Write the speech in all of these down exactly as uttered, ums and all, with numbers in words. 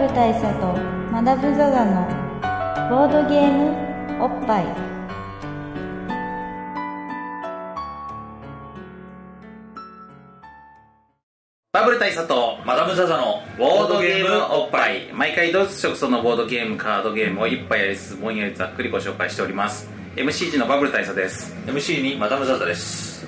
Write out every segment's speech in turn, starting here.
ル大佐とマダム・ザ・ザのボードゲームおっぱい。 バブル大佐とマダム・ザ・ザのボードゲームおっぱい。毎回同一色そのボードゲームカードゲームを一杯やりつつぼんやりざっくりご紹介しております。 エムシー 時のバブル大佐です。 エムシー にマダム・ザ・ザです。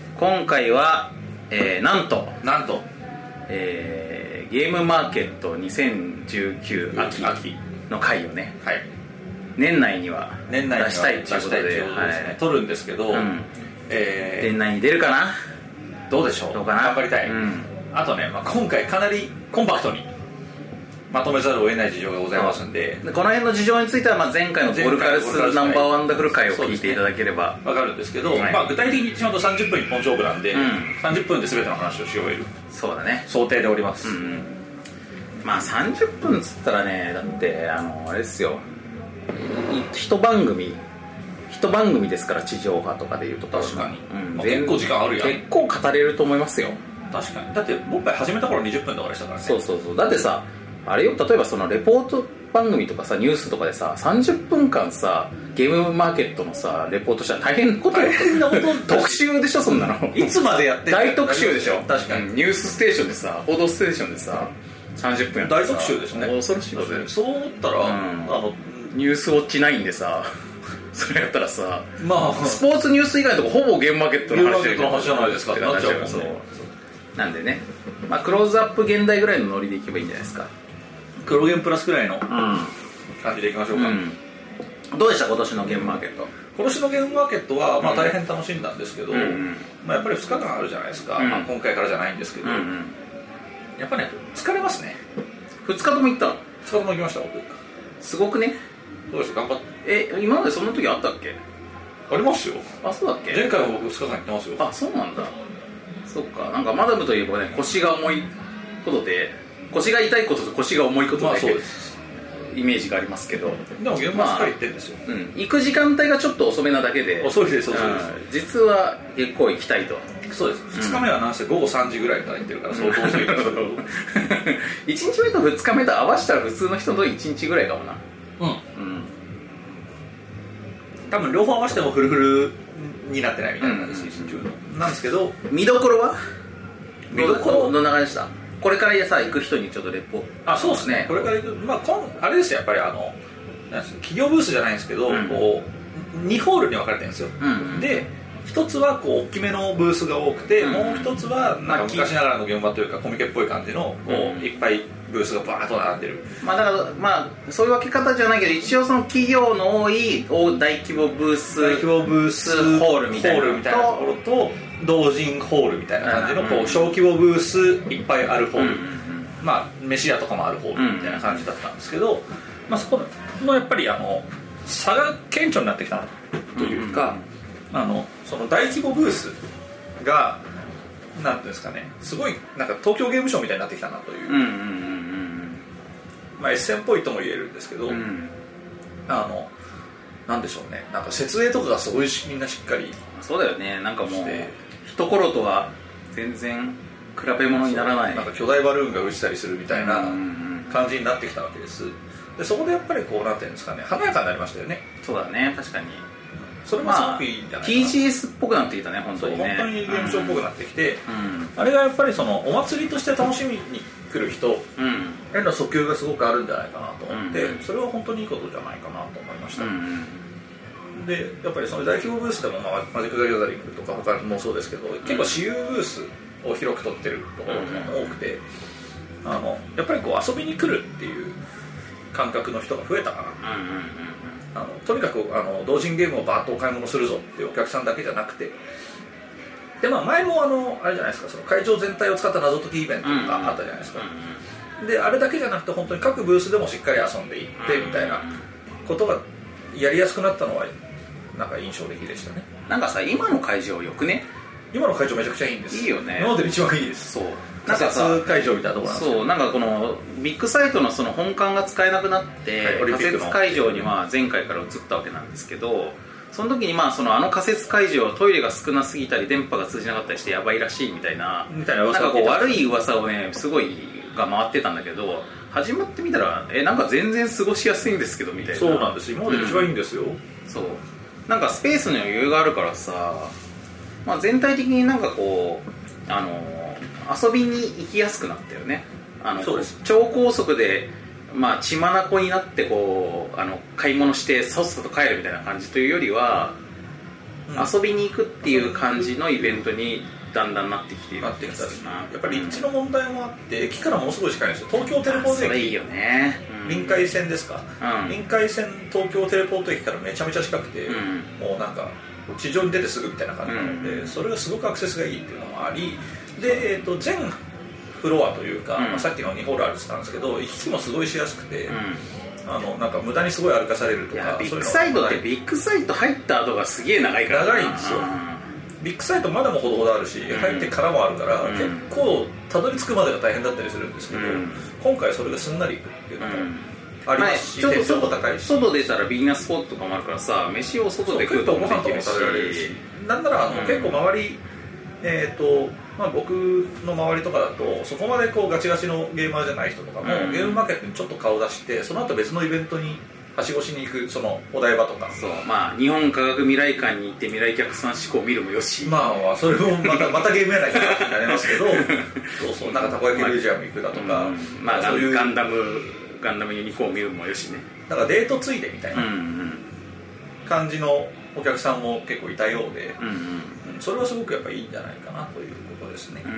今回は、えー、なんとなんと、 えー、ゲームマーケットにせんじゅうきゅう秋の回をね、 はい、 年内には出したいということで、 ね、はい、撮るんですけど、うん、えー、 年内に出るかな。 どうでしょう。 どうかな。 頑張りたい、うん、あとね、まあ、今回かなりコンパクトにまとめざるを得ない事情がございますんで、 この辺の事情については、まあ、前回のボルカルスナンバーワンダフル回を聞いていただければ分かるんですけど、はい、まあ、具体的に言ってしまうとさんじゅっぷん一本勝負なんで、うん、さんじゅっぷんで全ての話をし終える、 そうだね、 想定でおります、うんうん、 まあさんじゅっぷんっつったらね、だってあのあれですよ、一番組一番組ですから、地上波とかでいうと。 確かに、うん、まあ、結構時間あるやん。 結構語れると思いますよ。 確かに。だってもっぱい始めた頃にじゅっぷんとかでしたからね。 そうそうそう。だってさ、あれよ、例えばそのレポート番組とかさ、ニュースとかでさ、さんじゅっぷんかんさ、ゲームマーケットのさレポートしたら大変なことよ。 大変なこと特集でしょ、そんなの。 いつまでやってんの。 大特集でしょ。 確かに、 うん、ニュースステーションでさ、報道ステーションでさ、さんじゅっぷんやってさ、 大特集ですね。 恐ろしいことで、 そう思ったら、うん、あのニュースウォッチナインでさそれやったらさ、 まあ、 スポーツニュース以外のとこほぼゲームマーケットの話じゃないですかってなっちゃうもんね。 なんでね、まあ、クローズアップ現代ぐらいのノリでいけばいいんじゃないですか。 クロゲンプラスぐらいの感じでいきましょうか、 うんうん、どうでした今年のゲームマーケット。 今年のゲームマーケットは、まあ、大変楽しんだんですけど、うんうん、まあ、やっぱりふつかかんあるじゃないですか、うん、まあ、今回からじゃないんですけど、うんうん、やっぱね疲れますね。 ふつかとも行ったの。 ふつかとも行きました僕。 すごくね。 どうですか、頑張って。 え、今までそんな時あったっけ。 ありますよ。 あ、そうだっけ。 前回は僕ふつかかん行ってますよ。 あ、そうなんだ。そっか。なんかマダムといえばね、腰が重いことで、腰が痛いことと腰が重いことで、まあ、そうです、イメージがありますけど。 でも現場しっかり行ってるんですよ、 まあ、うん、行く時間帯がちょっと遅めなだけで。 遅いです、遅いです、 うん、実は結構行きたいと。 そうです。ふつかめはなんせごごさんじぐらいから行ってるから相当遅いですけどいちにちめとふつかめと合わせたら普通の人といちにちぐらいかもな。 うん、うん、多分両方合わせてもフルフルになってないみたいな感じです、うん、なんですけど、 見どころは見どころの流れでした。これからさ行く人にちょっとレポ。 あ、そうですね、これから行く、まあ、こんあれですよ、やっぱりあのなんです企業ブースじゃないんですけど、うん、こうにホールに分かれてるんですよ、うんうん、で一つはこう大きめのブースが多くて、うん、もう一つはなんか昔ながらの現場というかコミケっぽい感じのこう、うん、いっぱいブースがバーッと並んでる。 まあだからまあそういう分け方じゃないけど、一応その企業の多い大規模ブース大規模ブースホールみたいなホールみたいなところと同人ホールみたいな感じのこう小規模ブースいっぱいあるホール、うんうんうん、まあ飯屋とかもあるホールみたいな感じだったんですけど、まあそこのやっぱりあの差が顕著になってきたなというか、うんうん、あのその大規模ブースがなんていうんですかね、すごいなんか東京ゲームショウみたいになってきたなという、うんうんうんうん、まあエッセンっぽいとも言えるんですけど、うん、あのなんでしょうね、なんか設営とかがすごいみんなしっかり。 そうだよね、なんかもう一頃とは全然比べ物にならない。 なんか巨大バルーンが打ちたりするみたいな感じになってきたわけです。でそこでやっぱりこうなんていうんですかね、華やかになりましたよね。 そうだね、確かに。 それもすごくいいんじゃないかな、まあ、 ティージーエス っぽくなってきたね、本当にね。 本当にゲームショーっぽくなってきて、うん、あれがやっぱりそのお祭りとして楽しみに来る人への訴求がすごくあるんじゃないかなと思って、うん、それは本当にいいことじゃないかなと思いました、うん、でやっぱりその大規模ブースでも、まあ、マジック・ザ・ギャザリングとか他もそうですけど、結構私有ブースを広く取ってるところも多くて、あのやっぱりこう遊びに来るっていう感覚の人が増えたかな、うんうんうん、あのとにかくあの同人ゲームをバーッとお買い物するぞっていうお客さんだけじゃなくて、で、まあ、前もあのあれじゃないですか、その会場全体を使った謎解きイベントがあったじゃないですか、うんうん、であれだけじゃなくて本当に各ブースでもしっかり遊んでいってみたいなことがやりやすくなったのはなんか印象的でしたね。 なんかさ、今の会場よくね。 今の会場めちゃくちゃいいんです。 いいよね。 今までで一番いいです。 そう、 なんかさ、会場みたいなところなんですよ。 そう、なんかこのビッグサイトのその本館が使えなくなって、はい、仮設会場には前回から移ったわけなんですけど、その時にまあそのあの仮設会場トイレが少なすぎたり電波が通じなかったりしてやばいらしいみたいな、 みたいななんかこう悪い噂をねすごいが回ってたんだけど、 始まってみたらえなんか全然過ごしやすいんですけどみたいな。 そうなんです、今まで一番いいんですよ、うん、 そうなんかスペースに余裕があるからさ、まあ、全体的になんかこうあの遊びに行きやすくなったよね。あのそうです。 超高速で、まあ、血眼になってこうあの買い物してさっさと帰るみたいな感じというよりは、うん、遊びに行くっていう感じのイベントにだんだんなってきているなってきたし、やっぱり立地の問題もあって駅からものすごい近いんですよ。東京テレポート駅、 それいいよね、 うん、臨海線ですか、うん、臨海線東京テレポート駅からめちゃめちゃ近くて、うん、もうなんか地上に出てすぐみたいな感じなので、うん、それがすごくアクセスがいいっていうのもありで、えー、と全フロアというか、うんまあ、さっきのにホールあるって言ったんですけど行き来もすごいしやすくて、うん、あのなんか無駄にすごい歩かされるとか。 ビッグサイトってビッグサイト入った後がすげえ長いから長いんですよ。ビッグサイトまだもほどほどあるし、うん、入ってからもあるから、うん、結構たどり着くまでが大変だったりするんですけど、うん、今回それがすんなりいくっていうのもありますし、 うんまあ、ちょっと外高いし外出たらビーナスポットとかもあるからさ、飯を外で食うともできるし、 食べられるし、なんならあの、うん、結構周りえーとまあ、僕の周りとかだとそこまでこうガチガチのゲーマーじゃない人とかも、うん、ゲームマーケットにちょっと顔出してその後別のイベントにはしごしに行く、そのお台場とか、 そうまあ日本科学未来館に行って未来客さん思考を見るもよし、 まあそれもまたまたゲームやないかってなりますけどそうそうなんかたこ焼きミュージアム行くだとか、 まあ、うんまあ、そういうガンダムガンダムユニコーンを見るもよしね、 だからデートついでみたいな感じのお客さんも結構いたようで、うんうん、それはすごくやっぱりいいんじゃないかなということですね、うん、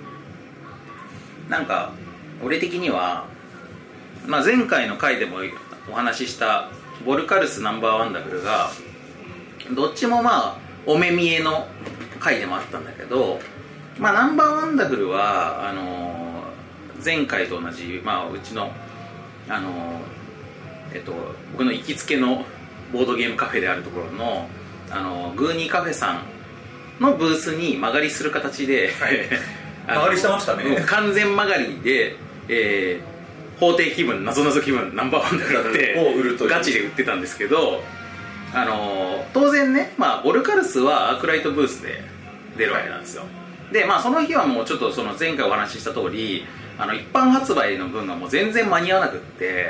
なんか俺的には、まあ、前回の回でもお話ししたボルカルスナンバーワンダフルがどっちもまあお目見えの回でもあったんだけど、まあ、ナンバーワンダフルはあのー、前回と同じ、まあ、うちの、あのーえっと、僕の行きつけのボードゲームカフェであるところの、あのー、グーニーカフェさんのブースに間借りする形で、 はい、間借りしてましたね。 完全間借りで、えー法廷気分、なぞなぞ気分ナンバーワンだからってガチで売ってたんですけど、あの当然ね、まあ、ボルカルスはアークライトブースで出るわけなんですよ。で、まあ、その日はもうちょっとその前回お話しした通り、あの一般発売の分がもう全然間に合わなくって、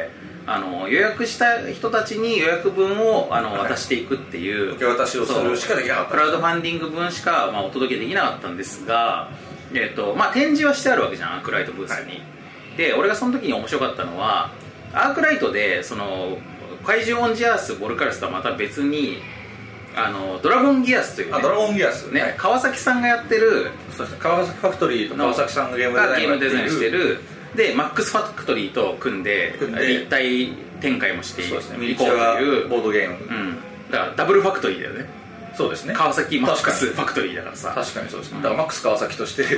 あの予約した人たちに予約分をあの、はい、渡していくっていう受け渡しをするしかできなかった、 クラウドファンディング分しか、まあ、お届けできなかったんですが、えーとまあ、展示はしてあるわけじゃん、アークライトブースに、はい。で俺がその時に面白かったのはアークライトでその怪獣オンジアースボルカルスとはまた別にあのドラゴンギアスという、ね、 あドラゴンギアス、 ねはい、川崎さんがやってる、 そうですね、川崎ファクトリーと川崎さんがゲームデザインしてるでマックスファクトリーと組んで立体展開もしていこうというボードゲーム、 うん、だからダブルファクトリーだよね。 そうですね、 川崎マックスファクトリーだからさ。 確かにそうですね、だからマックス川崎としてフュー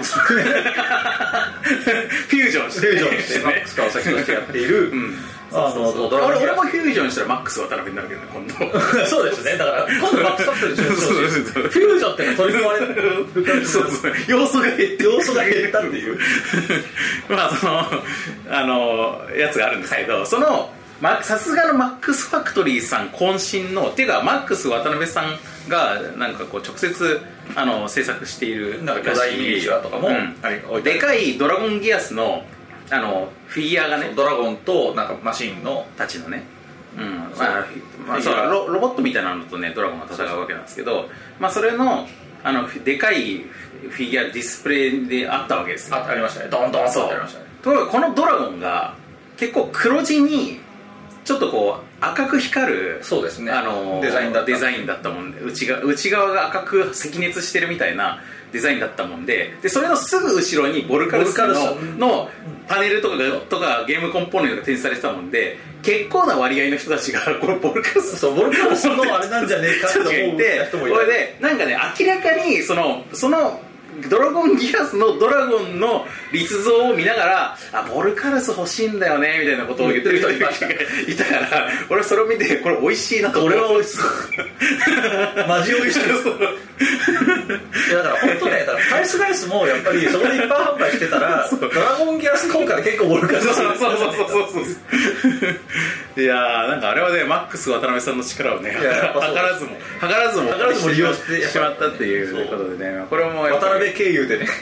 ジョンして、 フュージョンしてマックス川崎としてやっている、うん、あの俺俺もフュージョンしたらマックス渡辺になるけどね今度そうですね、だから今度マックスファクトリーでしょフュージョンってのは取り込まれるそうそう要素が減って要素が減ったっていうまあそのあのやつがあるんですけど、はい、そのさすがのマックスファクトリーさん渾身のっていうかマックス渡辺さんがなんかこう直接あの制作しているなんか巨大ミニチュアとかも、うん、 でかいドラゴンギアスのあのフィギュアがね、 ドラゴンとなんかマシンのたちのね、うんまあまあ、そう ロ, ロボットみたいなのとねドラゴンが戦うわけなんですけど、まあ、それのあのでかいフィギュアディスプレイであったわけですよ。 あ, ありましたね、ドンドンとありましたね。 ところがこのドラゴンが結構黒地にちょっとこう赤く光る、 そうですね、 あのデザインだったデザインだったもんで、内側、内側が赤く赤熱してるみたいなデザインだったもんで、でそれのすぐ後ろにボルカルス の, のパネルとかがとかゲームコンポーネントが展示されてたもんで、結構な割合の人たちがこれボルカルスそうボルカルスのあれなんじゃねえかって思う人もいて、 これでなんかね明らかにそのそのドラゴンギアスのドラゴンの立像を見ながら、あボルカルス欲しいんだよねみたいなことを言ってる人がいたから俺はそれを見てこれ美味しいなと思う。 俺は美味しそうマジ美味しいですいやだから本当ね、だからタイスライスもやっぱりそこで一般販売してたらドラゴンギアス効果で結構ボルカルスそうそうそうそうそういやーなんかあれはねマックス渡辺さんの力をね図らずも図らずも図らずも利用してしまったっていうことでね、これも渡辺経由でね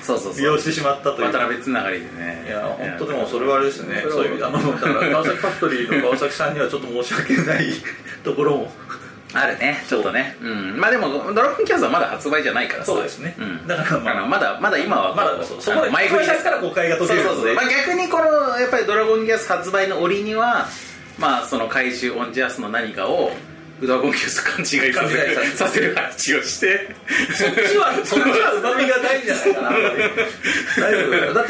そうそうそう利用してしまったという渡辺つながりでね。 いや本当でもそれはあれですね、そういうあのだから川崎ファクトリーの川崎さんにはちょっと申し訳ないところもあるね、ちょっとね。うん。まあでもドラゴンキャストはまだ発売じゃないからさ。 そうですね。 うん。 だからまああのまだまだ今はまだそこで前振りですから誤解が解けるので。 そうそうそう。まあ逆にこのやっぱりドラゴンキャスト発売の折には、まあその怪獣オンジャスの何かをドラゴンキャスト勘違いさせるさせる話をして、 そっちはそっちは旨味がないんじゃないかな。大丈夫だって。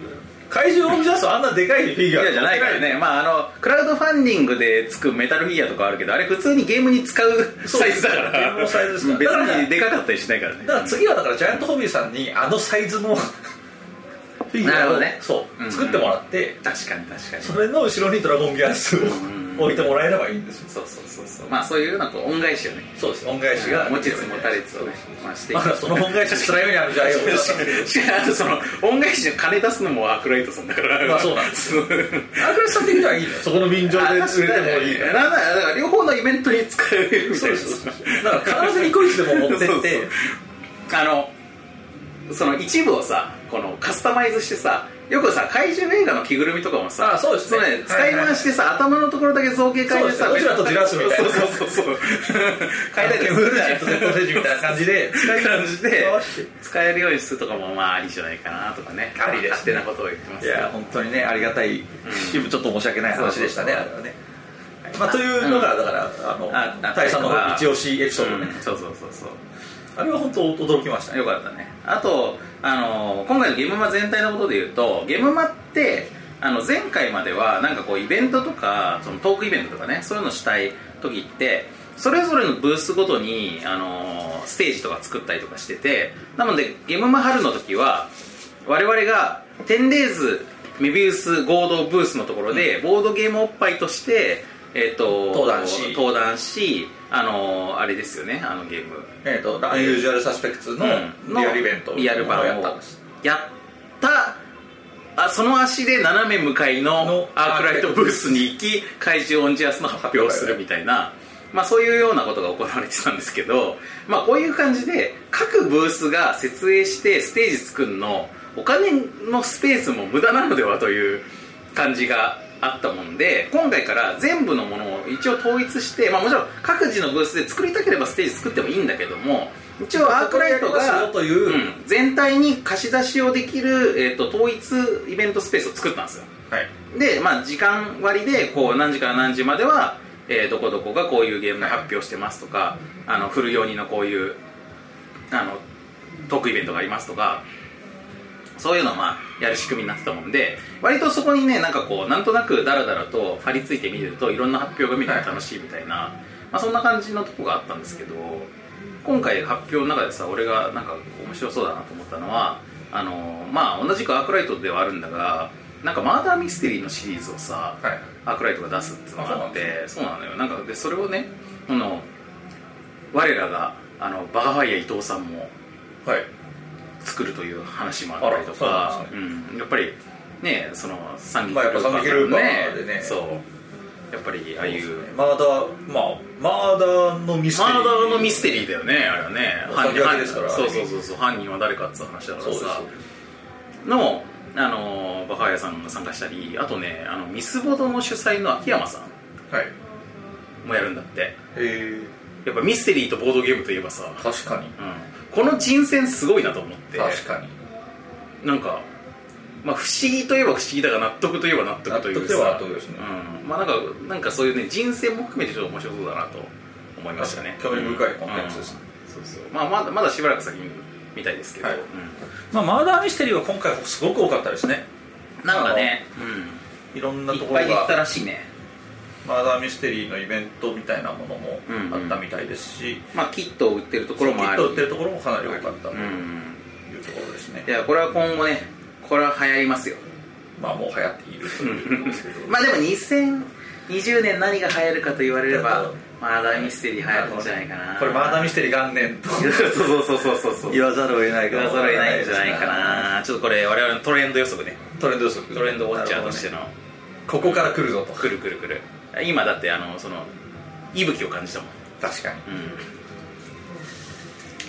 怪獣オブジャストあんなでかいフィギュアじゃないからね。まああのクラウドファンディングでつくメタルフィギュアとかあるけど、あれ普通にゲームに使うサイズだから、 ゲームのサイズですから別にでかかったりしないからね。 だから次はだからジャイアントホビーさんにあのサイズのフィギュアを、ね、そう、うんうん、作ってもらって、 確かに確かにそれの後ろにドラゴンギャスを置いてもらえればいいんですよ。 そうそうそうそう。まあそういうようなこう恩返しをね。 そうです。恩返しが持ちつ持たれつをね、まあしていく。 まだその恩返し辛い目にあるじゃんよ。 しかもあとその恩返しの金出すのもアークライトさんだから。まあそうなんです。アークライトさん的にはいいのよ。そこの便乗で売れてもいいから。 なんだだから両方のイベントに使えるみたいな。そうそうそう。だから必ずニコイチでも持ってって、 あのその一部をさ、このカスタマイズしてさ。よくさ怪獣映画の着ぐるみとかもさ、 あそうですね、 そうね、使い回してさ、はいはいはい、頭のところだけ造形変えてさ、 どちらとじらすみたいな、 そうそうそうそう変えたりとか、ブルージェットゼット星人みたいな感じで使い感じで使えるようにするとかもまあありじゃないかなとかね、 ありです、ね、 勝手なことを言ってます。 いや本当にねありがたい、うん、ちょっと申し訳ない話でしたね、あれはね。まあというのがだからあの大佐の一押しエピソードね、 うん、そうそうそうそう。 あれは本当驚きましたね。 よかったね。あと、あのー、今回のゲームマ全体のことで言うと、ゲームマってあの前回まではなんかこうイベントとかそのトークイベントとかね、そういうのしたい時ってそれぞれのブースごとに、あのー、ステージとか作ったりとかしてて、なのでゲームマ春の時は我々がテンデイズメビウス合同ブースのところでボードゲームおっぱいとしてえー、と登壇し登壇し、あのー、あれですよね、あのゲーム、 えーと、アンユージュアルサスペクツのリアルイベント、 リアル版をやったあ、その足で斜め向かいのアークライトブースに行き怪獣オンジャスの発表をするみたいな、まあ、そういうようなことが行われてたんですけど、まあ、こういう感じで各ブースが設営してステージ作るのお金のスペースも無駄なのではという感じがあったもんで、今回から全部のものを一応統一して、まあ、もちろん各自のブースで作りたければステージ作ってもいいんだけども、一応アークライトが、うん、全体に貸し出しをできる、えー、と統一イベントスペースを作ったんですよ、はい、で、まあ、時間割でこう何時から何時までは、えー、どこどこがこういうゲームの発表してますとか、あのフル用人のこういうあのトークイベントがありますとか、そういうのをまあやる仕組みになってたもんで、割とそこにね、なんかこうなんとなくダラダラと張り付いてみるといろんな発表が見て楽しいみたいな、はい、まあ、そんな感じのとこがあったんですけど、今回発表の中でさ、俺がなんか面白そうだなと思ったのは、あのまあ同じくアークライトではあるんだが、なんかマーダーミステリーのシリーズをさ、はい、アークライトが出すっていうのがあって、そうなのよ。なんかでそれをね、この我らがあのバカファイヤー伊藤さんも、はい、作るという話もあったりとか、う、ね、うん、やっぱりね、その三撃ルーパーでね、そうやっぱりああいう、ね、 マーダー、まあマーダーのミステリー、 マーダーのミステリーだよね、あれはね、 犯人ですから、 そうそうそうそう、犯人は誰かっていう話だからさ、のあのバカヤさんが参加したり、あとね、あのミスボドの主催の秋山さん、はい、もやるんだって。へえ。やっぱミステリーとボードゲームといえばさ、 確かに、うん、 この人選すごいなと思って。 確かに。 なんか、まあ、不思議といえば不思議だが納得といえば納得というかさ、 納得ですね、 うん、まあなんか、なんかそういうね、人選も含めてちょっと面白そうだなと思いましたね。 興味深いコンテンツですね、 うんうん、そうそう、まあ、まだまだしばらく先に見たいですけど、はい、うん、 まあ、マーダーミステリーは今回すごく多かったですね。 なんかね、 うん、いろんなところがいっぱい行ったらしいね。 マーダーミステリーのイベントみたいなものもあったみたいですし、うんうん、 まあ、キットを売ってるところもあり、 キットを売ってるところもかなり多かったというところですね。 いや、これは今後ね、これは流行りますよ。 まあもう流行っているというんですけどまあでもにせんにじゅうねん何が流行るかと言われればマーダーミステリー流行るんじゃないかな。 これマーダーミステリー元年とそうそうそうそうそう言わざるを得ないか言わざるを得ないんじゃないかな。ちょっとこれ我々のトレンド予測ね。 トレンド予測、 トレンドウォッチャーとしての、ね、 ここから来るぞと。 来る来る来る。今だってあのその息吹を感じたもん。 確かに、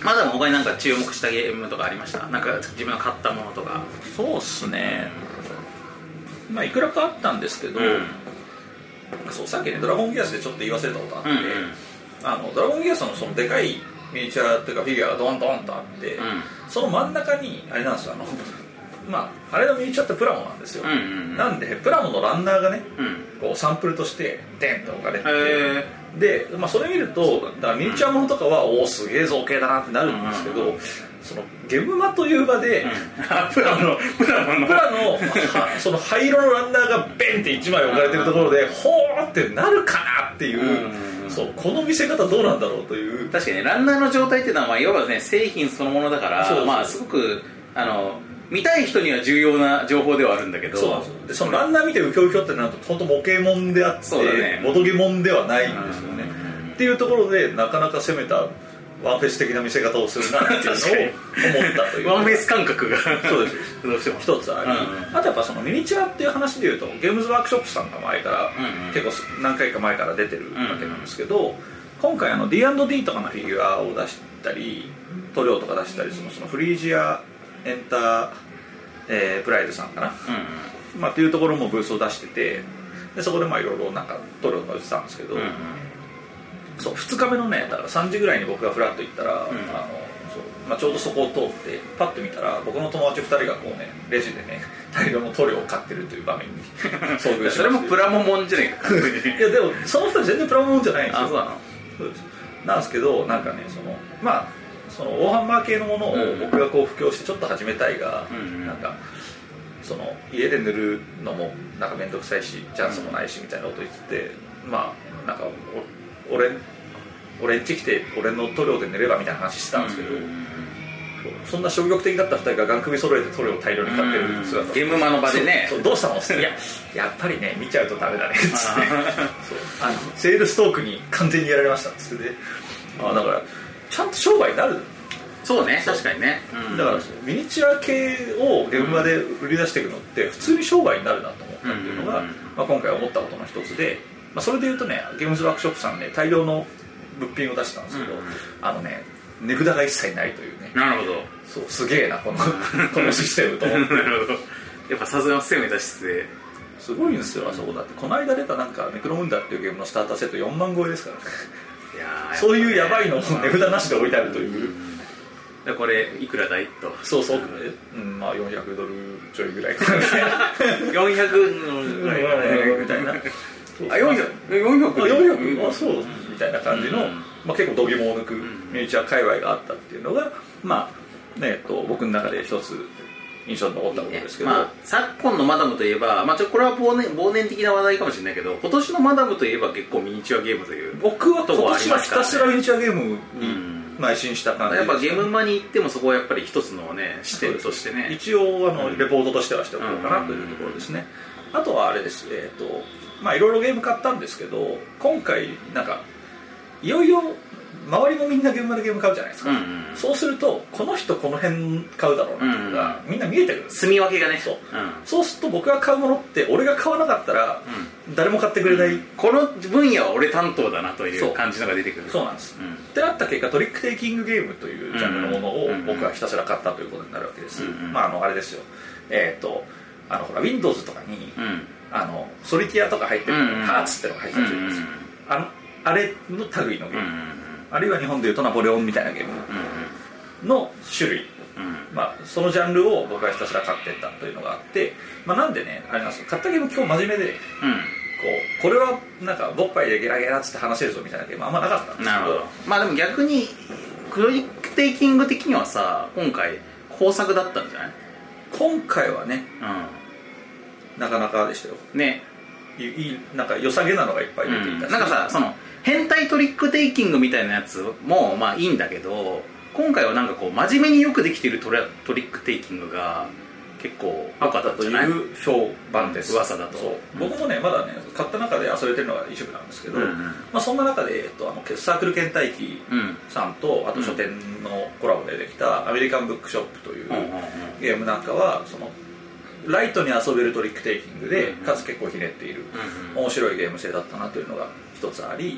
まだ他になんか注目したゲームとかありました？なんか自分の買ったものとか。 そうっすね、まあいくらかあったんですけど、うん、そうさっきねドラゴンギアスでちょっと言い忘れたことあって、うんうん、あのドラゴンギアスのそのでかいミニチュアっていうかフィギュアがドンドンとあって、うん、その真ん中にあれなんですよ、あのまああれのミニチュアってプラモなんですよ、うんうんうん、なんでプラモのランナーがね、うん、こうサンプルとしてデンと置かれてて、で、まあ、それ見るとだからミニチュアものとかは、うん、おおすげえ造形だなってなるんですけど、うんうんうん、そのゲムマという場で、うん、プラのプラのプラのその灰色のランナーがベンっていちまい置かれてるところでほーってなるかなっていう、うん、そうこの見せ方どうなんだろうという。 確かにランナーの状態っていうのは、まあ、いわばね製品そのものだから、そうそう、まあ、すごくあの見たい人には重要な情報ではあるんだけど、 そうでそのランナー見てウキョウキョってなると本当模型もんであって、ね、ボドゲもんではないんですよね、うん、っていうところでなかなか攻めたワンフェス的な見せ方をするなっていうのを思ったというワンフェス感覚がそうですどうしても一つあり、うんうん、あとやっぱそのミニチュアっていう話でいうとゲームズワークショップさんが前から、うんうん、結構何回か前から出てるわけなんですけど、うんうん、今回あの ディーアンドディー とかのフィギュアを出したり塗料とか出したりそのそのフリージアエンター、えー、プライドさんかな、うんうん、まあっていうところもブースを出してて、でそこでまあいろいろなんか塗料とか売ってたんですけど、うんうん、そうふつかめのねだからさんじぐらいに僕がフラッと行ったら、うん、あのそうまあ、ちょうどそこを通ってパッと見たら僕の友達ふたりがこうねレジでね大量の塗料を買ってるという場面に遭遇しましてそれもプラモモンじゃねえかいやでもその人は全然プラモモンじゃないんですよ。 あそうなの。 そうですなんですけどなんかねそのまあその大ハンマー系のものを僕がこう布教してちょっと始めたいが、うん、なんかその家で塗るのもなんか面倒くさいしチャンスもないしみたいなこと言ってて、まあなんか俺俺んち来て俺の塗料で塗ればみたいな話してたんですけど、うん、そんな消極的だったふたりがガン首揃えて塗料を大量に買ってる姿、うん、 ゲームマの場でねそうそうどうしたのっていややっぱりね見ちゃうとダメだねっつってそうあのセールストークに完全にやられましたっつってであだからちゃんと商売になる。 そうね確かにね、 うん、だからミニチュア系を現場で売り出していくのって普通に商売になるなと思ったっていうのが、うんうんうんまあ、今回思ったことの一つで、まあ、それでいうとねゲームズワークショップさんね大量の物品を出したんですけど、うんうん、あのね値札が一切ないというね。 なるほどそうすげえなこのこのシステムと思ってなるほどやっぱさすがの攻めた姿勢すごいんですよあそこだってこの間出たなんかネクロムンダっていうゲームのスターターセットよんまん超えですからねいやそういうヤバいのを値札なしで置いてあるという、 うんでこれいくらだいとそうそう、うん、まあよんひゃくドルちょいぐらいよんひゃくのぐらいみたいなあよんひゃくよんひゃくあよんひゃくあそうみたいな感じの、うんまあ、結構度肝を抜くミニチュア界隈があったっていうのがまあねえっと僕の中で一つ印象に残ったことですけど、 まあ、昨今のマダムといえば、まあ、ちょこれは忘年、忘年的な話題かもしれないけど今年のマダムといえば結構ミニチュアゲームという僕は今年はひたすらミニチュアゲームに、うん邁進した感じやっぱゲームマに行ってもそこはやっぱり一つのね視点としてね一応あの、うん、レポートとしてはしておこうかなというところですね、うん、あとはあれですえっ、ー、とまあいろいろゲーム買ったんですけど今回なんかいよいよ周りもみんなゲームマでゲーム買うじゃないですか、うんうん、そうするとこの人この辺買うだろうなっていうのが、うんうん、みんな見えてくるんです住み分けがねそう、うん、そうすると僕が買うものって俺が買わなかったら、うん、誰も買ってくれない、 うん、この分野は俺担当だなという感じのが出てくるそうなんです、うん、ってなった結果トリックテイキングゲームというジャンルのものを僕はひたすら買ったということになるわけです、うんうん、まああのあれですよえっ、ー、とあのほら Windows とかに、うん、あのソリティアとか入ってる、うんうん、ハーツってのが入ってるんですよ、うんうん、あのあれの類のゲーム、うんうんあるいは日本でいうとナポレオンみたいなゲームの種類、うんまあ、そのジャンルを僕はひたすら買っていったというのがあって、まあ、なんでねあれなんですよ買ったゲーム今日真面目で、うん、こうこれはなんかボッパイでゲラゲラっつって話せるぞみたいなゲームあんまなかったんですけど、なるほどまあでも逆にクロリックテイキング的にはさ今回豊作だったんじゃない？ 今回はね、うん、なかなかでしたよねいいなんか良さげなのがいっぱい出ていたし、 うん、なんかさその変態トリックテイキングみたいなやつもまあいいんだけど今回はなんかこう真面目によくできているトラトリックテイキングが結構良かったという評判です、 噂だとそう、 うん、僕もねまだね買った中で遊べてるのが一部なんですけど、うんうんまあ、そんな中で、えっと、あのサークルケンタイキさんと、うん、あと書店のコラボでできたアメリカンブックショップというゲームなんかはそのライトに遊べるトリックテイキングで、うんうん、かつ結構ひねっている、うんうん、面白いゲーム性だったなというのが一つあり、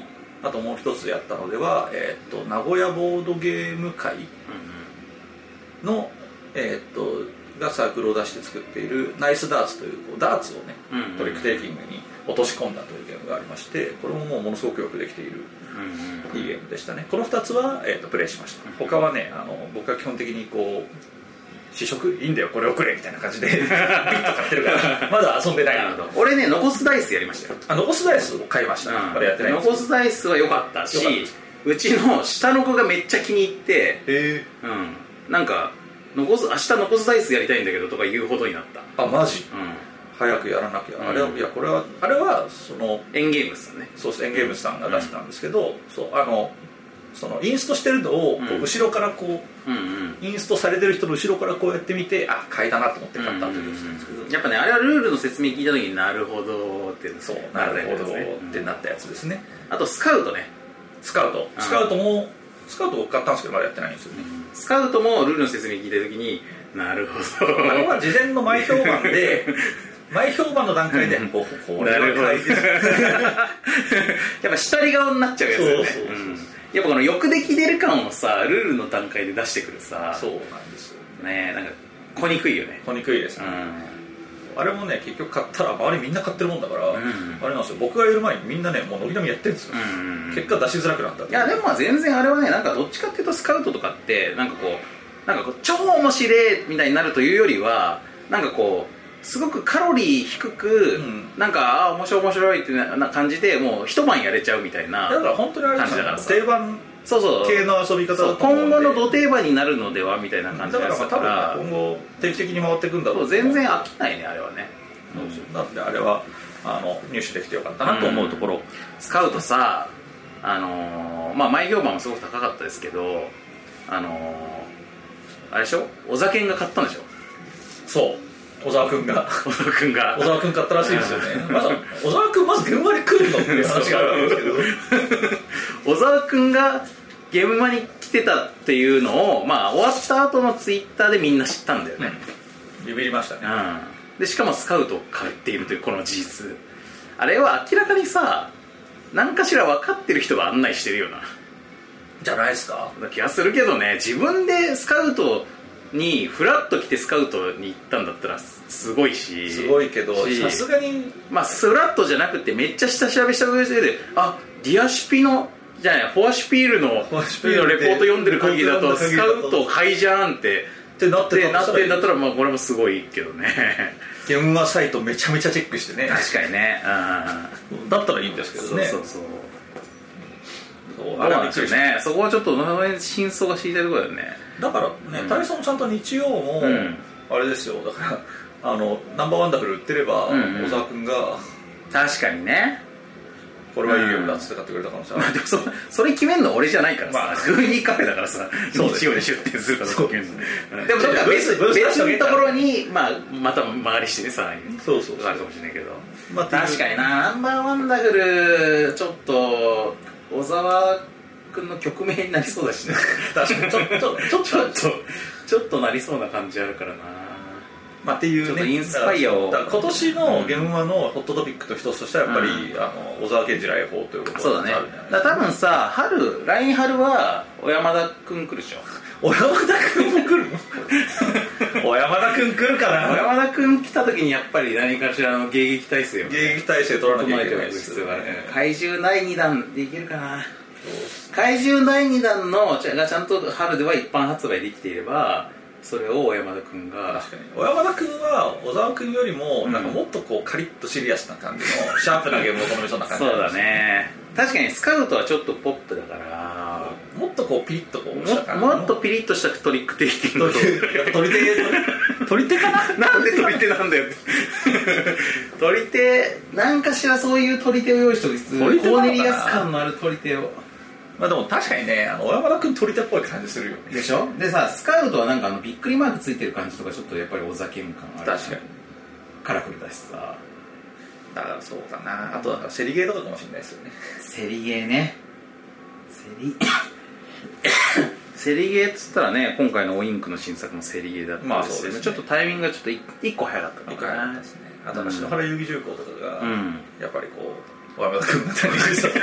あともう一つやったのでは、えー、と名古屋ボードゲーム会の、えー、とがサークルを出して作っているナイスダーツという、こうダーツをね、うんうん、トリックテイキングに落とし込んだというゲームがありまして、これももうものすごくよくできている、うんうん、いいゲームでしたね。このふたつは、えー、とプレイしました。他はね、あの僕は基本的にこう試食いいんだよこれをくれみたいな感じでビッと買ってるからまだ遊んでない。 なるほど。俺ね残すダイスやりましたよ。 あ、残すダイスを買いました、 うん、 これやってない。 残すダイスは良かったし、うちの下の子がめっちゃ気に入って、 へー、うん、なんか残す明日残すダイスやりたいんだけどとか言うほどになった。 あ、マジ、 うん、 早くやらなきゃ、うん、あれは、いやこれはあれはそのエンゲームスさんね。 そうです、エンゲームスさんが出したんですけど、うん、そうあのそのインストしてるのをこう後ろからこう、うんうん、インストされてる人の後ろからこうやって見て、あ、買いだなと思って買ったというやつなんですけど、 やっぱね、あれはルールの説明聞いた時になるほどってそう、なるほどってなったやつですね。 あとスカウトね。 スカウトスカウトもスカウトを買ったんですけどまだやってないんですよね。 スカウトもルールの説明聞いた時になるほど、 あれは事前の前評判で前評判の段階でこうこれは買いですやっぱ下り顔になっちゃうやつだよね。 そうそうそうそう、うん、 やっぱこのよくできてる感をさルールの段階で出してくるさ、 そうなんですよね。なんか小にくいよね。 小にくいですね、うん、あれもね結局買ったら周りみんな買ってるもんだから、うん、あれなんですよ、僕がいる前にみんなねもう軒並みやってるんですよ、うんうん、結果出しづらくなった。いやでもまあ全然あれはね、なんかどっちかっていうとスカウトとかってなんかこうなんかこう超面白いみたいになるというよりは、なんかこうすごくカロリー低く、うん、なんかあ面白い面白いってな感じでもう一晩やれちゃうみたいなだから本当にあれですよ、定番そうそう系の遊び方だと思うんで、 今後のド定番になるのではみたいな感じだから多分、ね、今後定期的に回っていくんだろう。 全然飽きないねあれはね、 うん、そうなのであれはあの入手できてよかったなと思うところ、うん、 スカウトさ、あのー、まあ前評判もすごく高かったですけど、あのー、あれでしょ、小沢健が買ったんでしょ。 そう小沢君が小沢君が小沢君買ったらしいですよねまず小沢君まず現場に来るのっていう話があるんですけど小沢君が現場に来てたっていうのを、まあ、終わった後のツイッターでみんな知ったんだよね、 うん、ビビりましたね、 うん、でしかもスカウトを買っているというこの事実、あれは明らかにさ何かしら分かってる人が案内してるよなじゃないですか。 だ気がするけどね。自分でスカウトにフラッと来てスカウトに行ったんだったらすごいしすごいけど、さすがにまあフラットじゃなくてめっちゃ下調べした上で、あディアシピのじゃないフォアシュピールのレポート読んでる限りだとスカウト買いじゃんってってなってなってんだったら、まあこれもすごいけどね現場サイトめちゃめちゃチェックしてね。 確かにね、 うん、だったらいいんですけどね。 そうそうそう、あれはびっくりしたね。そこはちょっと真相が知りたいところだよね。 だからね、うん、体操もちゃんと日曜も、うん、あれですよ、だからあのナンバーワンダフル売ってれば、うんうん、小沢君が確かにねこれはいいゲームだっつって買ってくれたかもしれない、 うん、でも そ, それ決めるの俺じゃないからさ、まあ、グーニーカフェだからさ日曜で出店するかどうか決めるのでもどっか別のところに、まあ、また曲がりしてねさらにそうそうそうあるかもしれないけど、まあ、確かになナンバーワンダフルちょっと小沢君の曲名になりそうだしね確かにちょっとちょっとちょっとちょっとなりそうな感じあるからな、 まあ、っていうね、 ちょっとインスパイアを今年の現場のホットトピックと一つとしてはやっぱり、うん、あの小沢健二来訪ということがあるんじゃないですか。 そうだね。だから多分さ春来春は小山田君来るでしょ。 小山田君も来るの小山田君来るかな。 小山田君来た時にやっぱり何かしらの迎撃体制を、ね、 迎撃体制取らなきゃいけない必要がある、ね、怪獣だいにだんでいけるかな。怪獣だいにだんのがちゃんと春では一般発売できていればそれを小山田君が確かに小山田君は小沢君よりもなんかもっとこうカリッとシリアスな感じのシャープなゲームを好みそうな感じそうだね。確かにスカウトはちょっとポップだからもっとこうピリッとこうした感じもっとピリッとしたトリックテイキングと取り手取り手かななんで取り手なんだよ取り手なんかしらそういう取り手を用意しておく必要コーネリアス感のある取り手をまあでも確かにねあの小山田君取り手っぽい感じするよね。 でしょ。でさスカウトはなんかあのびっくりマークついてる感じとかちょっとやっぱりお酒感ある。 確かにカラフルだしさ。 だからそうだなあとはセリゲーとかかもしれないですよね。 セリゲーねセリセリゲーっつったらね今回のオインクの新作もセリゲーだったんですけど、まあそうですね、ちょっとタイミングがちょっといっこ早かったかな。 いっこ早かったですね。あとは篠原遊戯重工とかが、うん、やっぱりこう小山田君が谷口さんそう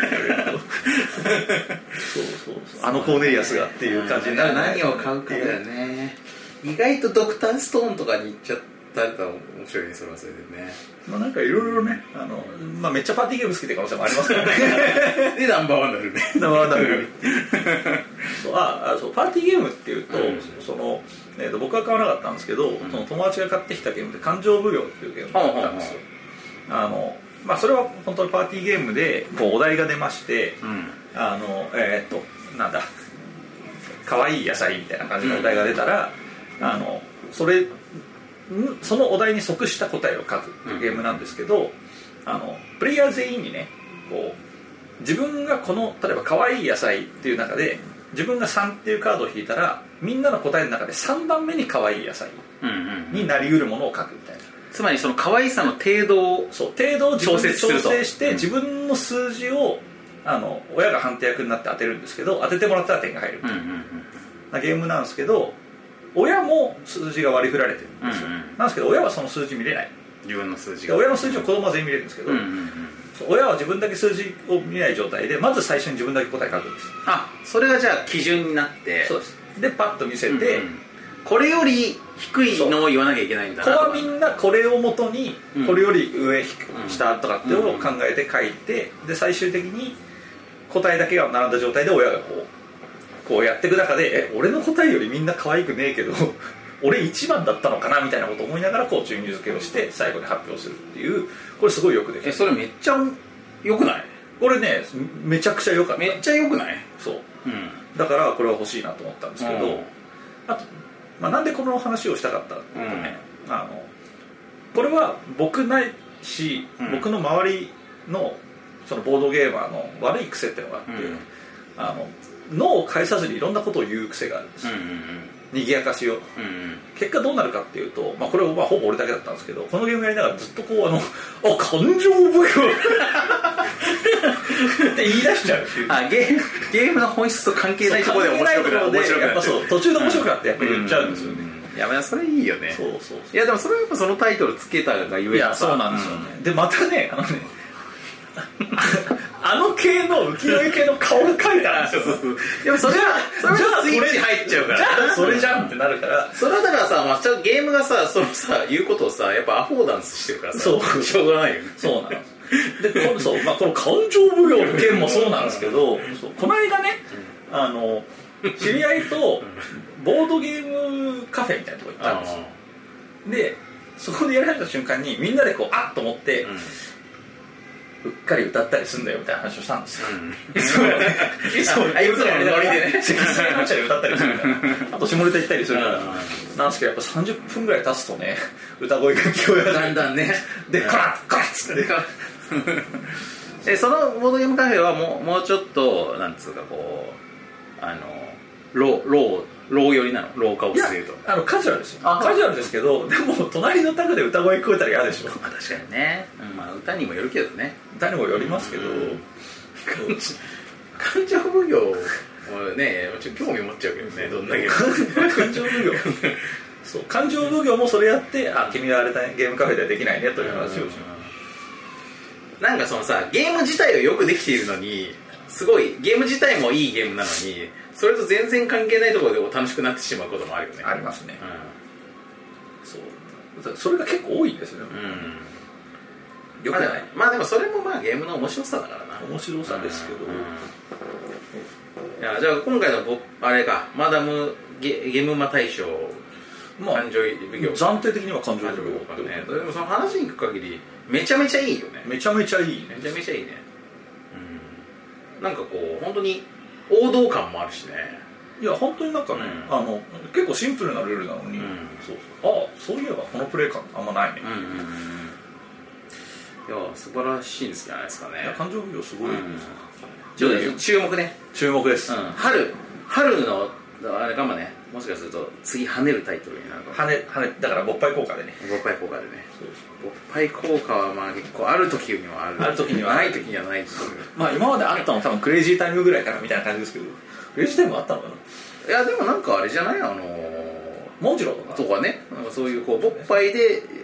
そうそうあのコーネリアスがっていう感じになる、 ね、何を買うかだよね。意外とドクターストーンとかに行っちゃったら面白いね、それはそれでね。 まあなんかいろいろね、あの、まあ、めっちゃパーティーゲーム好きって可能性もありますからねでナンバーワンになるね。 ナンバーワンになるそうああそうパーティーゲームっていうと、うん、そのえー、と僕は買わなかったんですけど、うん、その友達が買ってきたゲームで感情奉行っていうゲームがあったんですよ、うん、あのまあ、それは本当にパーティーゲームでこうお題が出まして、うん、あのえー、っとなんだ可愛い野菜みたいな感じのお題が出たら、うん、あのそれそのお題に即した答えを書くっていうゲームなんですけど、うん、あのプレイヤー全員にねこう自分がこの例えば可愛い野菜っていう中で自分がさんっていうカードを引いたらみんなの答えの中でさんばんめに可愛い野菜になりうるものを書くみたいな、 つまりその可愛さの程度をそう程度を自分で調整して自分の数字をあの親が判定役になって当てるんですけど当ててもらったら点が入るみたいなゲームなんですけど親も数字が割り振られてるんですよ、うんうん、なんですけど親はその数字見れない自分の数字が親の数字を子供は全員見れるんですけど、うんうんうん、親は自分だけ数字を見ない状態でまず最初に自分だけ答え書くんです。 あ、それがじゃあ基準になってそうですでパッと見せて、うんうん、 これより低いのを言わなきゃいけないんだな子はみんなこれをもとにこれより上、うん、下とかっていうのを考えて書いてで最終的に答えだけが並んだ状態で親がこうこうやっていく中でえ俺の答えよりみんな可愛くねえけど俺一番だったのかなみたいなことを思いながらこう順位付けをして最後に発表するっていうこれすごいよくできる。 えそれめっちゃよくない？ これねめちゃくちゃよかった。 めっちゃよくない？ そう、うん、だからこれは欲しいなと思ったんですけど、うん、あと、まあ、なんでこの話をしたかったっていうとね、うん、あのこれは僕ないし、うん、僕の周りのそのボードゲーマーの悪い癖っていうのがあって、うん、あの脳を返さずにいろんなことを言う癖があるんですよ、うんうんうん、賑やかしを、うんうん、結果どうなるかっていうと、まあ、これはまあほぼ俺だけだったんですけどこのゲームやりながらずっとこうあのあ感情を覚えよって言い出しちゃうあ ゲ, ゲームの本質と関係ないところで面白くなってやっぱそう途中で面白くなってやっぱり言っちゃうんですよね、 うんいやそれいいよね。 そうそうそういやでもそれはやっぱそのタイトルつけたがゆえにいやそうなんですよね、うん、でまたねあのねあの系の浮世絵系の顔が描いてあるんですよでもそれはそれはスイッチ入っちゃうからじゃあそれじゃんってなるからそれはだからさ、まあ、ゲームがさそのさ言うことをさやっぱアフォーダンスしてるからさそうしょうがないよねそうなんですでこのそう、まあ、この感情奉行の件もそうなんですけどそうこの間ねあの知り合いとボードゲームカフェみたいなとこ行ったんですよでそこでやられた瞬間にみんなでこうあっと思って、うん、うっかり歌ったりすんだよみたいな話をしたんですよ、うん、いつもいつもいつものノリでね関根の茶で歌ったりするからあと下ネタ行ったりするからなんですけどやっぱさんじゅっぷんぐらい経つとね歌声が聞こえ始めだんだんねでカラッカラッつってえそのボードゲームカフェはもう、もうちょっとなんつうかこうあのローローロー寄りなの廊下をするとあのカジュアルですよカジュアルですけどでも隣の宅で歌声聞こえたら嫌でしょ、 まあ、確かにね、うんまあ、歌にもよるけどね歌にもよりますけど、うん、 感情奉行もねちょっと興味持っちゃうけどねどんなゲーム感情奉行そう感情奉行もそれやってあ君はあれだねゲームカフェではできないねという話をします、 なんかそのさゲーム自体はよくできているのにすごいゲーム自体もいいゲームなのにそれと全然関係ないところで楽しくなってしまうこともあるよね。 ありますね、うん、そうそれが結構多いんですよね、うん、よくない、まあ、 まあでもそれもまあゲームの面白さだからな面白さですけど、うんうん、 いやじゃあ今回のぼあれかマダム ゲ, ゲームマ大賞、まあ、感情奉行暫定的には感情奉行かねでもその話に行く限りめちゃめちゃいいよねめちゃめちゃいいめちゃめちゃいいね、うん、なんかこう本当に王道感もあるしねいや本当になんかね、うん、あの結構シンプルなルールなのに、うん、そうそうあそういえばこのプレイ感あんまないね、うんうんうん、 いや素晴らしいんですじゃないですかねいや感情奉行すごいです、 うん、注目ね注目です、 うん、春春のあれかもねもしかすると次跳ねるタイトルになるかも跳ね跳ねだから勃発効果でね勃発効果でね勃発効果はまあ結構ある時にはあるある時にはない時にはないまあ今まであったの多分クレイジータイムぐらいかなみたいな感じですけどクレイジータイムあったのかないやでもなんかあれじゃないあのモンジローとかとかねなんかそういうこう勃発で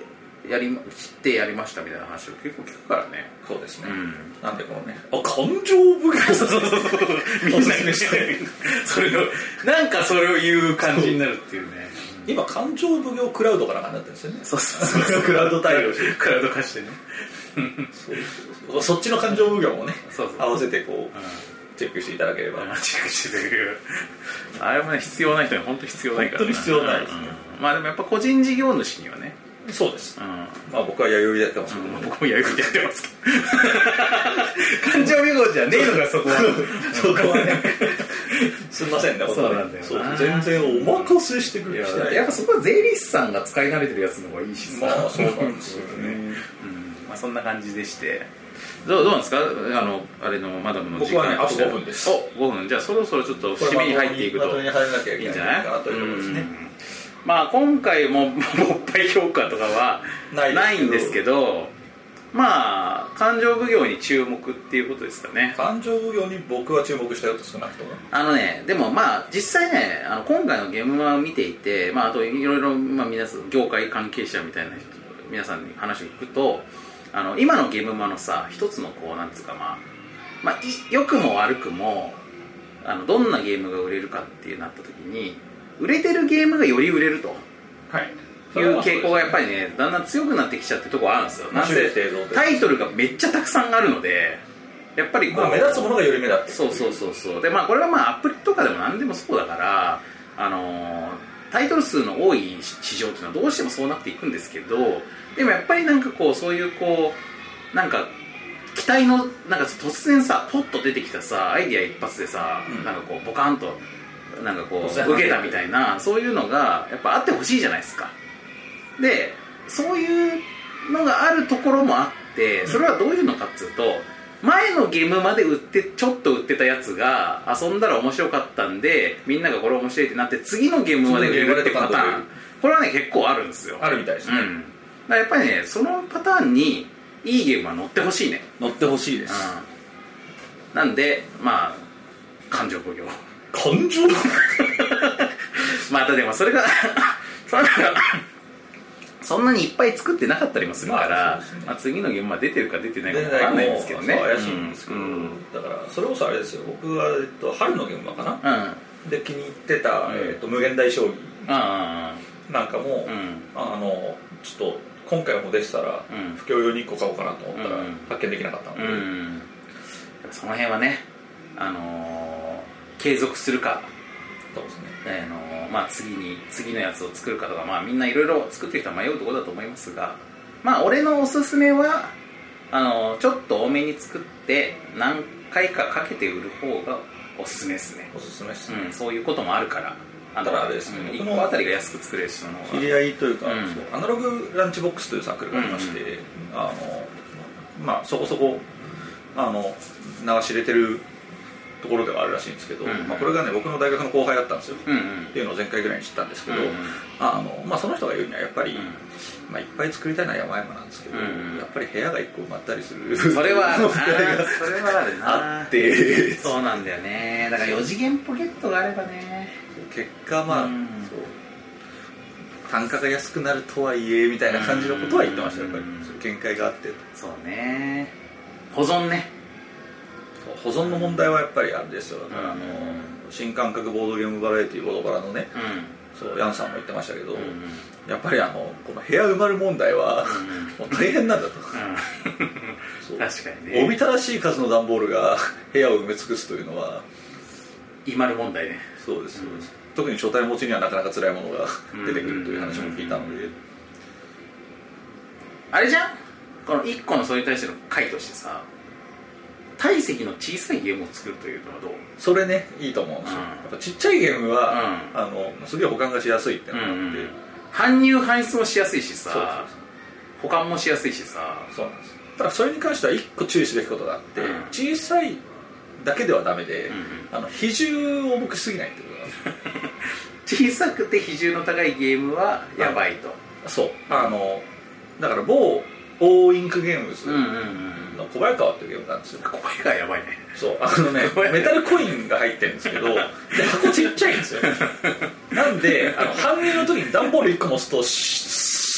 やり知ってやりましたみたいな話を結構聞くからね。 そうですね、うん、なんでこのねあ感情奉行そうそうそうそうみんなにそれをなんかそれを言う感じになるっていうね。 今感情奉行クラウドからなってるんですよね。 そうそうそうクラウド対応してクラウド化してねそうそうそうそっちの感情奉行もねそうそう合わせてこう、うん、チェックしていただければ、 うん、チェックしていただければあれもね必要ない人に本当に必要ないから、ね、 本当に必要ないですね、 うん、まあでもやっぱ個人事業主にはねそうです、 うん、 まあ僕は弥生でやってますけど、 うん、僕も弥生でやってますけど感情奉行じゃねえのがそこはそこはねすみませんねそうなんだよな全然お任せしてくれる。 やっぱそこは税理士さんが使い慣れてるやつの方がいいしさ、 まあそうなんですよね、 うんまあ、そんな感じでしてどう、どうなんですかあのあれのマダムの時間。 僕はねあとごふんです。 おごふんじゃあそろそろちょっと締めに入っていくといいんじゃないということですね。 まあ今回ももっぱい評価とかはないんですけどまあ感情奉行に注目っていうことですかね。 感情奉行に僕は注目したよと少なくともあのねでもまあ実際ねあの今回のゲームは見ていて、まあ、あといろいろ、まあ、皆さん業界関係者みたいな人皆さんに話を聞くとあの今のゲームマのさ一つのこうなんつうかまあ、まあ、良くも悪くもあのどんなゲームが売れるかっていうなった時に売れてるゲームがより売れると、 はいいう傾向がやっぱりねだんだん強くなってきちゃってるところあるんですよ。なんでタイトルがめっちゃたくさんあるのでやっぱりこう、 まあ、目立つものがより目立ってそうそうそうそうでまあこれはまあアプリとかでも何でもそうだからあのー、タイトル数の多い市場っていうのはどうしてもそうなっていくんですけどでもやっぱりなんかこうそういうこうなんか期待のなんか突然さポッと出てきたさアイディア一発でさ、うん、なんかこうボカーンとなんかこう受けたみたいなそういうのがやっぱあってほしいじゃないですか。でそういうのがあるところもあってそれはどういうのかっつうと前のゲームまで売ってちょっと売ってたやつが遊んだら面白かったんでみんながこれ面白いってなって次のゲームまで売れるってパターンこれはね結構あるんですよ。 あるみたいですね、 うん、だからやっぱりねそのパターンにいいゲームは乗ってほしいね。 乗ってほしいです、 うん、なんでまあ感情奉行感情またでもそれがそれがそんなにいっぱい作ってなかったりもするから、まあねまあ、次のゲームは出てるか出てないか分からないんですけどね。 怪しいんですけど、うん、だからそれこそあれですよ僕は、えっと、春のゲームかな、うん、で気に入ってた、うんえっと、無限大将棋なんかも、うん、あのちょっと今回も出てたら、うん、不況用にいっこ買おうかなと思ったら、うん、発見できなかったので、うん、 その辺はね、あのー、継続するかそうですね、 あのーまあ、次に次のやつを作るかとか、まあ、みんないろいろ作ってる人は迷うところだと思いますが、まあ、俺のおすすめはあのー、ちょっと多めに作って何回かかけて売る方がおすすめですね。 おすすめですね、 うん、そういうこともあるからあのあれですね、 いっこあたりが安く作れるしの知り合いというか、うん、そうアナログランチボックスというサークルがありまして、うんうん、あのまあ、そこそこあの名は知れてるところではあるらしいんですけど、うんうんまあ、これがね僕の大学の後輩だったんですよ、うんうん、っていうのを前回ぐらいに知ったんですけど、うんうんあのまあ、その人が言うにはやっぱり、うんまあ、いっぱい作りたいのは山々なんですけど、うんうん、やっぱり部屋がいっこ埋まったりするそれはあるなそれはあるなあってそうなんだよね。だからよ次元ポケットがあればね結果まあ、うん、そう単価が安くなるとはいえみたいな感じのことは言ってましたやっぱりそういう見解があってそうね保存ね保存の問題はやっぱりあれですよだから、うん、あの新感覚ボードゲームバラエティーボードバラのね、うん、そうヤンさんも言ってましたけど、うん、やっぱりあのこの部屋埋まる問題は、うん、もう大変なんだと、 うん、確かにねおびただしい数の段ボールが部屋を埋め尽くすというのは埋まる問題ね。 そうです、そうです、うん、特に書体持ちにはなかなか辛いものが出てくるという話も聞いたので、 あれじゃんこのいっこのそれに対しての回としてさ体積の小さいゲームを作るというのはどう？それねいいと思うんですよ、うん、やっぱちっちゃいゲームは、うん、あのすげえ保管がしやすいってのがあって、うんうん、 搬入搬出もしやすいしさそうそうそう保管もしやすいしさそうなんです。ただそれに関してはいっこ注意すべきことがあって、うん、小さいだけではダメで、うんうん、あの比重を重くしすぎないってことなんです小さくて比重の高いゲームはやばいと。 そうあのだから某オーインクゲームズの小早川っていうゲームなんですよ。 小早川やばいね。 そうあのねメタルコインが入ってるんですけどで箱ちっちゃいんですよなんであの搬入の時に段ボールいっこ持つとス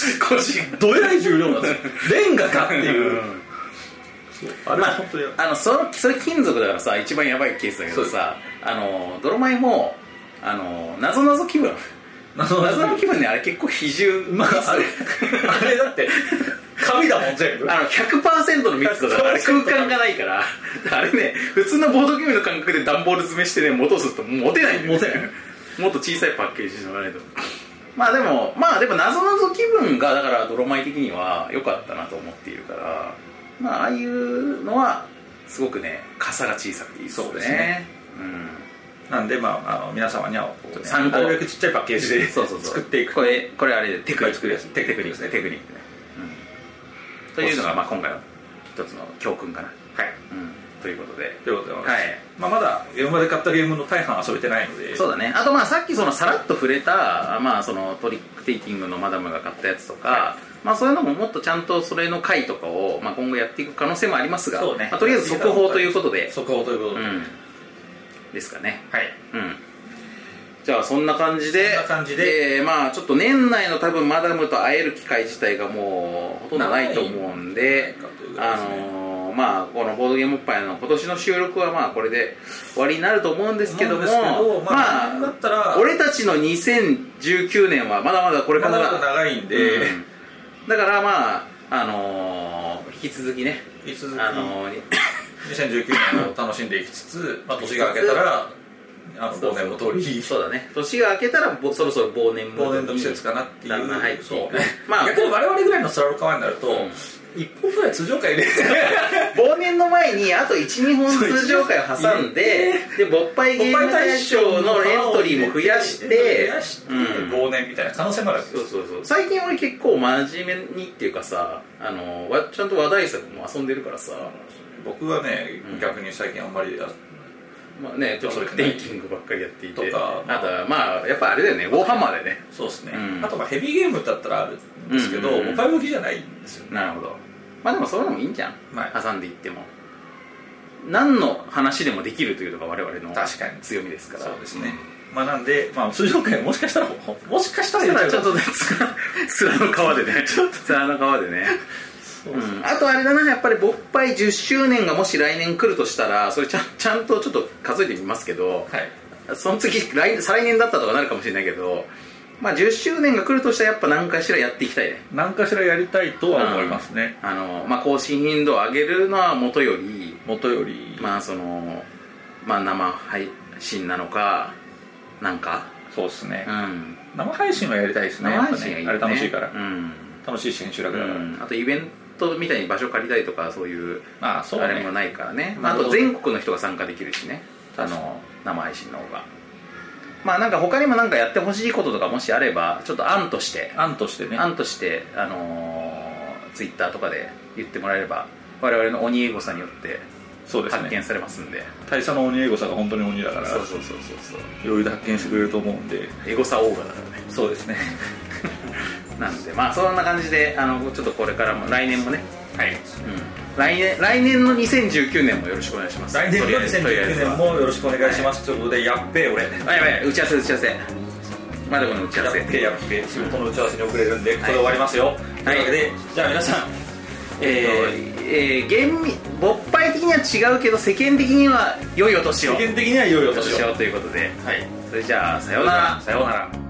腰どえらい重量なんですよレンガかっていう、うん、 あれは本当に、まあ、あのそのそれ金属だからさ一番やばいケースだけどさあの泥米もあの謎々気分謎々気分ねあれ結構比重、 まあ、あれあれだって紙だもん全部あの ひゃくパーセント の密度だからあれ空間がないからあれね普通のボードゲームの感覚で段ボール詰めしてね元をすると持てないんだよ、ね、持てないもっと小さいパッケージにしとかないとまあでもまあでも謎々気分がだから泥米的には良かったなと思っているからまあああいうのはすごくね傘が小さくていいですね。そうですね、 うん、なんでまああの皆様にはこう、ね、なるべくちっちゃいパッケージでそうそうそう作っていくこれこれあれでテクニック作るやつテクニックですねテクニックね、うん、というのがまあ今回の一つの教訓かな。 はい、 うんということでということで、はいまあ、まだ現場で買ったゲームの大半遊べてないのでそうだね。あとまあさっきそのさらっと触れた、まあ、そのトリックテイキングのマダムが買ったやつとか、はいまあ、そういうのももっとちゃんとそれの回とかを、まあ、今後やっていく可能性もありますがそう、ねまあ、とりあえず速報ということで速報ということで、うん、 ですかね。 はい、 うん、じゃあそんな感じでそんな感じで、 えー、まあちょっと年内の多分マダムと会える機会自体がもうほとんどないと思うんであのーまあこのボードゲームおっぱいの今年の収録はまあこれで終わりになると思うんですけどもまあ、まあ、俺たちのにせんじゅうきゅうねんはまだまだこれからまだ長いんで、うん、 だからまああのー、引き続きね引き続き、あのー、にせんじゅうきゅうねんを楽しんでいきつつ、まあ、年が明けたらあの忘年も通りそうだね年が明けたらそろそろ忘年も忘年の季節かなっていう入っていく、 まあ、逆に我々ぐらいのスラロカワになると、うんいっぽんぐらい通常回で忘年の前にあと いちにほん通常回を挟んでで勃発ゲーム大賞のエントリーも増やして増やして、うん、忘年みたいな可能性もある。 そうそうそう最近俺結構真面目にっていうかさあのちゃんと話題作も遊んでるからさ僕はね、うん、逆に最近あんまりまあね、ちょっとテイキングばっかりやっていてとか、まあ、あとはまあやっぱあれだよねウォーハンマーだよね。 そうですね、うん、あとまあヘビーゲームだったらあるんですけど、うんうんうん、お買い向きじゃないんですよ、ね、 なるほど。まあでもそういうのもいいんじゃん、はい、挟んでいっても何の話でもできるというのが我々の強みですから。 そうですね、うん、まあなんで、まあ、通常回もしかしたらもしかしたらちょっとねスラの川でねスラの川でねそうそうそう、うん、あとあれだなやっぱり勃発じゅっしゅうねんがもし来年来るとしたらそれちゃん、ちゃんとちょっと数えてみますけど、はい、その次来再来年だったとかなるかもしれないけどまあじゅっしゅうねんが来るとしたらやっぱ何かしらやっていきたいね。 何かしらやりたいとは思いますね、 うん、あのまあ更新頻度を上げるのはもとよりもとよりまあそのまあ生配信なのかなんかそうですね、 うん、 生配信はやりたいですね。 生配信はいいね、 あれ楽しいから、 うん、 楽しいし編集楽だから、うん、 あとイベントみたいに場所借りたりとかそういうあそう、ね、 あれもないからね、まあ、あと全国の人が参加できるしねあの生配信の方がまあなんか他にもなんかやってほしいこととかもしあればちょっと案として案としてね案としてあのー、ツイッターとかで言ってもらえれば我々の鬼エゴさによって発見されますんで、 大佐の鬼エゴさが本当に鬼だからそうそうそうそうそう余裕で発見してくれると思うんでエゴサオーガだからね。 そうですねなんでまあそんな感じであのちょっとこれからも来年もねはい、うん、 来年来年のにせんじゅうきゅうねんもよろしくお願いします。 来年のにせんじゅうきゅうねんもよろしくお願いします、はい、ということでやっべえ俺あやばい打ち合わせ打ち合わせまだこの打ち合わせやっべえやっべえ仕事の打ち合わせに遅れるんでこれで終わりますよ、はい、というわけで、はい、じゃあ皆さんえーえー、厳密勃発的には違うけど世間的には良いお年を世間的には良いお年をということで、はい、それじゃあさようならさようなら。